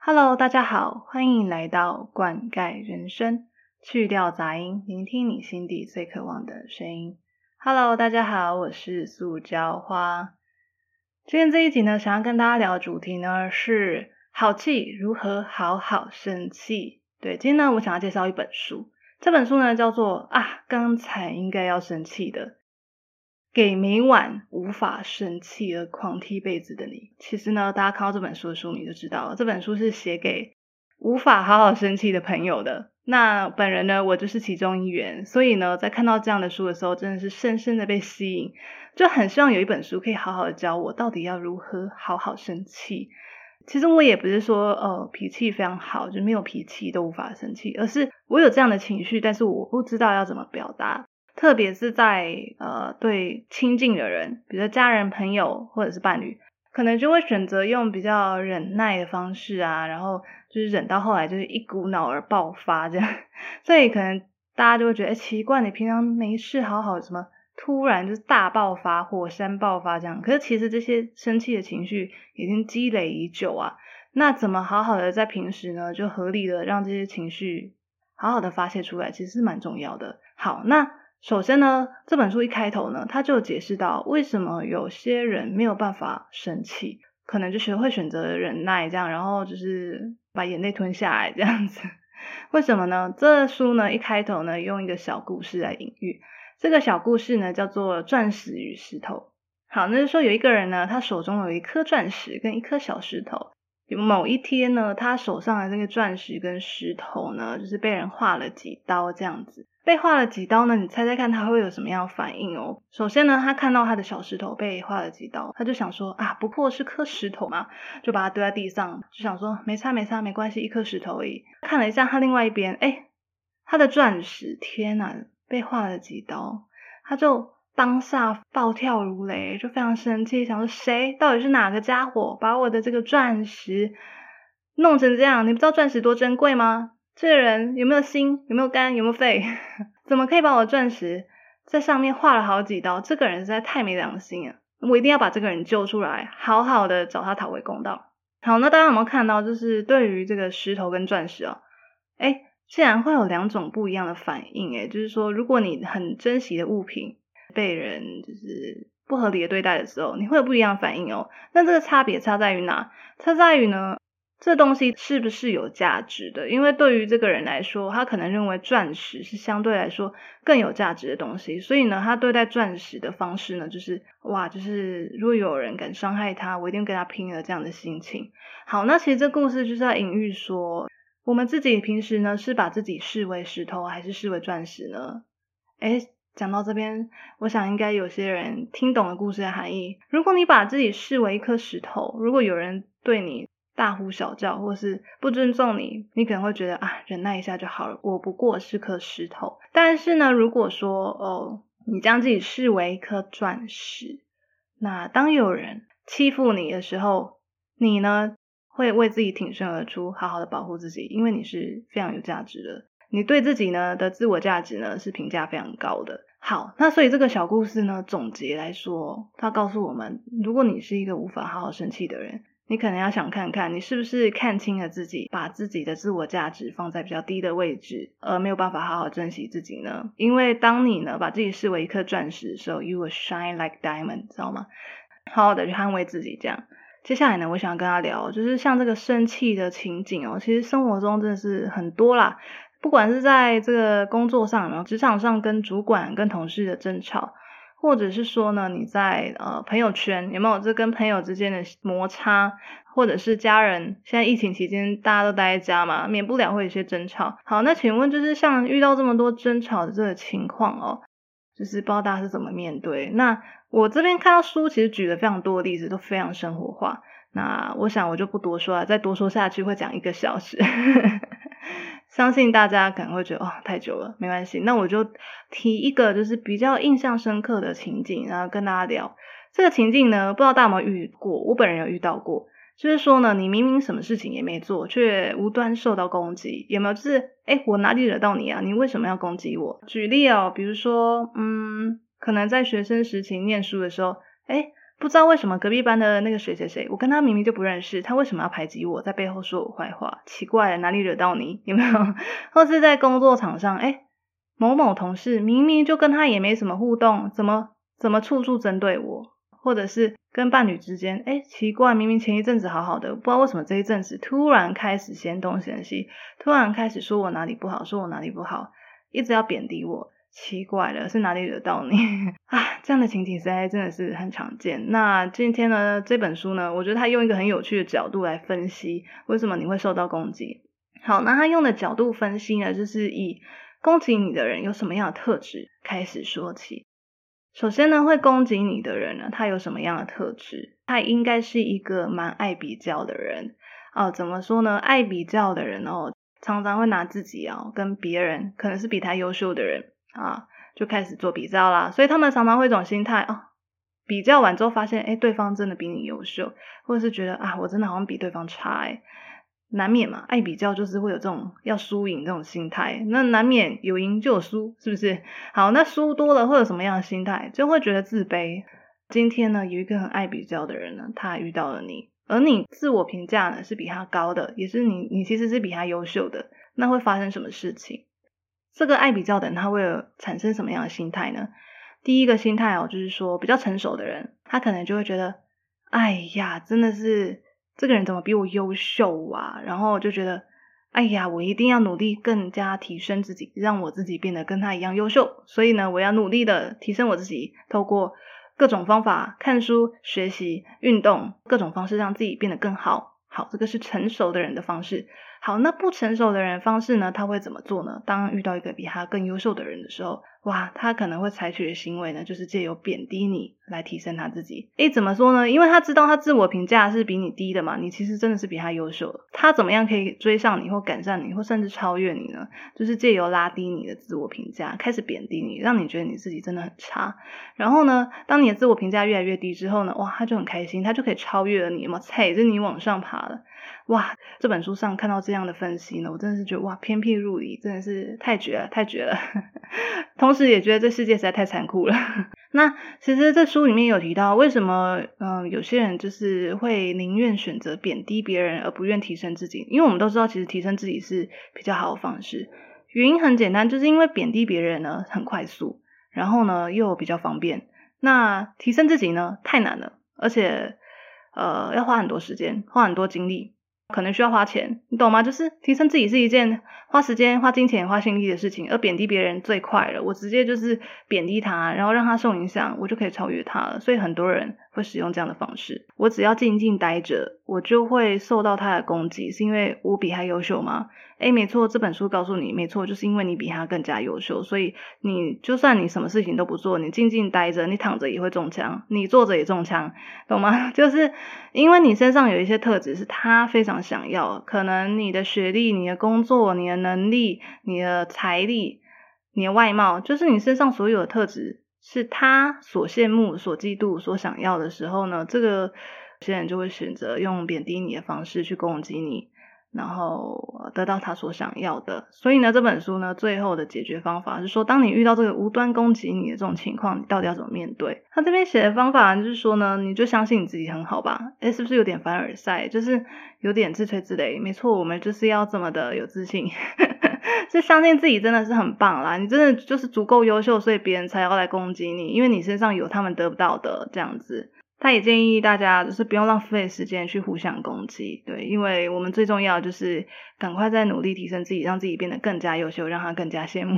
Hello，大家好，欢迎来到灌溉人生，去掉杂音，聆听你心底最渴望的声音。Hello，大家好，我是塑胶花。今天这一集呢，想要跟大家聊的主题呢是好气如何好好生气。对，今天呢，我想要介绍一本书，这本书呢叫做刚才应该要生气的。给每晚无法生气而狂踢被子的你。其实呢，大家看到这本书的书名就知道了，这本书是写给无法好好生气的朋友的。那本人呢，我就是其中一员，所以呢，在看到这样的书的时候，真的是深深的被吸引，就很希望有一本书可以好好的教我到底要如何好好生气。其实我也不是说脾气非常好，就没有脾气都无法生气，而是我有这样的情绪，但是我不知道要怎么表达。特别是在对亲近的人，比如说家人、朋友或者是伴侣，可能就会选择用比较忍耐的方式啊，然后就是忍到后来就是一股脑儿爆发这样，所以可能大家就会觉得奇怪，你平常没事好好什么突然就是大爆发、火山爆发这样，可是其实这些生气的情绪已经积累已久啊，那怎么好好的在平时呢就合理的让这些情绪好好的发泄出来，其实是蛮重要的。好，那首先呢，这本书一开头呢，他就解释到为什么有些人没有办法生气，可能就是会选择忍耐这样，然后就是把眼泪吞下来这样子。为什么呢？这书呢一开头呢用一个小故事来隐喻，这个小故事呢叫做钻石与石头。好，那就是说有一个人呢，他手中有一颗钻石跟一颗小石头。某一天呢，他手上的这个钻石跟石头呢，就是被人划了几刀这样子。被划了几刀呢，你猜猜看他会有什么样的反应哦？首先呢，他看到他的小石头被划了几刀，他就想说不过是颗石头嘛，就把它丢在地上，就想说没差没差没关系，一颗石头而已。看了一下他另外一边，他的钻石，天哪，被划了几刀，他就当下暴跳如雷，就非常生气，想说谁到底是哪个家伙把我的这个钻石弄成这样？你不知道钻石多珍贵吗？这个人有没有心？有没有肝？有没有肺？怎么可以把我钻石在上面划了好几刀？这个人实在太没良心了，我一定要把这个人救出来，好好的找他讨回公道。好，那大家有没有看到，就是对于这个石头跟钻石竟然会有两种不一样的反应就是说如果你很珍惜的物品被人就是不合理的对待的时候，你会有不一样的反应哦。那这个差别差在于哪？差在于呢，这东西是不是有价值的？因为对于这个人来说，他可能认为钻石是相对来说更有价值的东西，所以呢，他对待钻石的方式呢，就是如果有人敢伤害他，我一定跟他拼了这样的心情。好，那其实这故事就是在隐喻说，我们自己平时呢是把自己视为石头还是视为钻石呢？讲到这边，我想应该有些人听懂了故事的含义。如果你把自己视为一颗石头，如果有人对你大呼小叫或是不尊重你，你可能会觉得忍耐一下就好了，我不过是颗石头。但是呢，如果说你将自己视为一颗钻石，那当有人欺负你的时候，你呢会为自己挺身而出，好好的保护自己，因为你是非常有价值的。你对自己呢的自我价值呢是评价非常高的。好，那所以这个小故事呢总结来说，它告诉我们，如果你是一个无法好好生气的人，你可能要想看看你是不是看清了自己，把自己的自我价值放在比较低的位置，而没有办法好好珍惜自己呢。因为当你呢把自己视为一颗钻石的时候， you will shine like diamond， 知道吗？好好的去捍卫自己这样。接下来呢，我想跟他聊，就是像这个生气的情景其实生活中真的是很多啦，不管是在这个工作上，然后职场上跟主管跟同事的争吵，或者是说呢你在朋友圈有没有这跟朋友之间的摩擦，或者是家人，现在疫情期间大家都待在家嘛，免不了会有一些争吵。好，那请问就是像遇到这么多争吵的这个情况就是不知道大家是怎么面对。那我这边看到书其实举了非常多的例子，都非常生活化，那我想我就不多说了，再多说下去会讲1个小时相信大家可能会觉得太久了，没关系，那我就提一个就是比较印象深刻的情景，然后跟大家聊。这个情境呢，不知道大家有没有遇过，我本人有遇到过，就是说呢，你明明什么事情也没做，却无端受到攻击，有没有？就是我哪里惹到你啊？你为什么要攻击我？举例比如说可能在学生时期念书的时候，不不知道为什么隔壁班的那个谁谁谁，我跟他明明就不认识，他为什么要排挤我，在背后说我坏话？奇怪了，哪里惹到你？有没有？或是在工作场上，某某同事明明就跟他也没什么互动，怎么处处针对我？或者是跟伴侣之间，奇怪，明明前一阵子好好的，不知道为什么这一阵子突然开始嫌东嫌西，突然开始说我哪里不好，说我哪里不好，一直要贬低我，奇怪了，是哪里惹到你？这样的情景实在真的是很常见。那今天呢，这本书呢，我觉得他用一个很有趣的角度来分析为什么你会受到攻击。好，那他用的角度分析呢，就是以攻击你的人有什么样的特质开始说起。首先呢，会攻击你的人呢，他有什么样的特质？他应该是一个蛮爱比较的人。怎么说呢？爱比较的人常常会拿自己跟别人可能是比他优秀的人就开始做比较啦。所以他们常常会有一种心态比较完之后发现对方真的比你优秀，或者是觉得我真的好像比对方差难免嘛，爱比较就是会有这种要输赢这种心态，那难免有赢就有输，是不是？好，那输多了会有什么样的心态？就会觉得自卑。今天呢，有一个很爱比较的人呢，他遇到了你，而你自我评价呢是比他高的，也是你其实是比他优秀的，那会发生什么事情？这个爱比较的人他会有产生什么样的心态呢？第一个心态就是说比较成熟的人，他可能就会觉得真的是这个人怎么比我优秀啊，然后就觉得我一定要努力更加提升自己，让我自己变得跟他一样优秀，所以呢我要努力的提升我自己，透过各种方法，看书、学习、运动，各种方式让自己变得更好。好，这个是成熟的人的方式。好，那不成熟的人方式呢，他会怎么做呢？当遇到一个比他更优秀的人的时候，他可能会采取的行为呢，就是借由贬低你来提升他自己。怎么说呢？因为他知道他自我评价是比你低的嘛，你其实真的是比他优秀的。他怎么样可以追上你或赶上你或甚至超越你呢？就是借由拉低你的自我评价，开始贬低你，让你觉得你自己真的很差。然后呢，当你的自我评价越来越低之后呢，他就很开心，他就可以超越了你嘛，踩着你往上爬了。这本书上看到这样的分析呢，我真的是觉得偏僻入里，真的是太绝了，太绝了。同时也觉得这世界实在太残酷了。那其实这书里面有提到为什么有些人就是会宁愿选择贬低别人而不愿提升自己，因为我们都知道其实提升自己是比较好的方式。原因很简单，就是因为贬低别人呢很快速，然后呢又比较方便，那提升自己呢太难了，而且要花很多时间，花很多精力，可能需要花钱，你懂吗？就是提升自己是一件花时间、花金钱、花心力的事情，而贬低别人最快了。我直接就是贬低他，然后让他受影响，我就可以超越他了。所以很多人会使用这样的方式。我只要静静待着，我就会受到他的攻击，是因为我比他优秀吗？没错，这本书告诉你，没错，就是因为你比他更加优秀，所以你就算你什么事情都不做，你静静待着，你躺着也会中枪，你坐着也中枪，懂吗？就是因为你身上有一些特质是他非常想要，可能你的学历、你的工作、你的能力、你的财力、你的外貌，就是你身上所有的特质是他所羡慕、所嫉妒、所想要的时候呢，这个有些人就会选择用贬低你的方式去攻击你，然后得到他所想要的。所以呢，这本书呢最后的解决方法是说，当你遇到这个无端攻击你的这种情况，你到底要怎么面对？他这边写的方法就是说呢，你就相信你自己很好吧。是不是有点凡尔赛？就是有点自吹自擂。没错，我们就是要这么的有自信。是相信自己真的是很棒啦，你真的就是足够优秀，所以别人才要来攻击你，因为你身上有他们得不到的这样子。他也建议大家就是不用浪费时间去互相攻击，对，因为我们最重要的就是赶快再努力提升自己，让自己变得更加优秀，让他更加羡慕。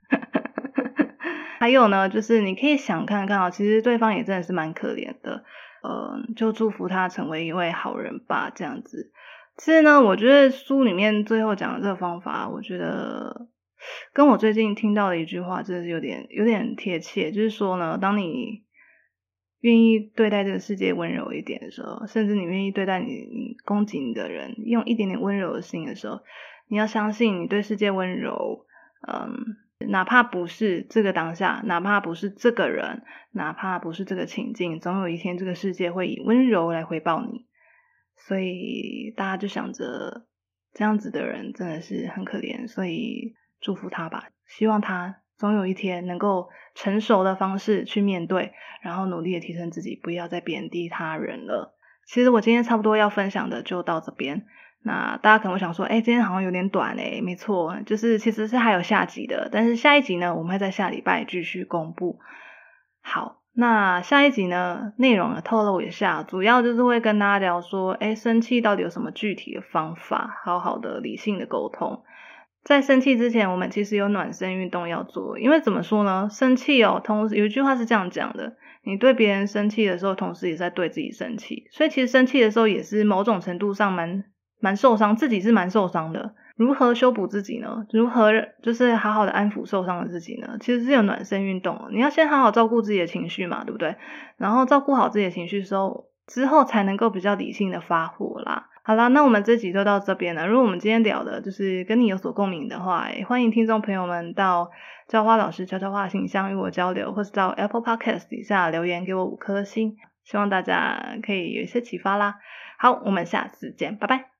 还有呢，就是你可以想看看其实对方也真的是蛮可怜的，就祝福他成为一位好人吧，这样子。其实呢，我觉得书里面最后讲的这个方法，我觉得跟我最近听到的一句话真的是有点贴切，就是说呢，当你愿意对待这个世界温柔一点的时候，甚至你愿意对待你攻击你的人用一点点温柔的心的时候，你要相信你对世界温柔，哪怕不是这个当下，哪怕不是这个人，哪怕不是这个情境，总有一天这个世界会以温柔来回报你。所以大家就想着这样子的人真的是很可怜，所以祝福他吧，希望他总有一天能够成熟的方式去面对，然后努力的提升自己，不要再贬低他人了。其实我今天差不多要分享的就到这边。那大家可能会想说，今天好像有点短没错，就是其实是还有下集的，但是下一集呢，我们会在下礼拜继续公布。好，那下一集呢，内容呢透露一下，主要就是会跟大家聊说，生气到底有什么具体的方法，好好的理性的沟通。在生气之前，我们其实有暖身运动要做，因为怎么说呢，生气同时有一句话是这样讲的，你对别人生气的时候，同时也在对自己生气，所以其实生气的时候也是某种程度上蛮受伤，自己是蛮受伤的。如何修补自己呢？如何就是好好的安抚受伤的自己呢？其实是有暖身运动，你要先好好照顾自己的情绪嘛，对不对？然后照顾好自己的情绪之后才能够比较理性的发火啦。好啦，那我们这集就到这边了。如果我们今天聊的就是跟你有所共鸣的话，欢迎听众朋友们到浇花老师悄悄话信箱与我交流，或是到 Apple Podcast 底下留言给我5颗星，希望大家可以有一些启发啦。好，我们下次见，拜拜。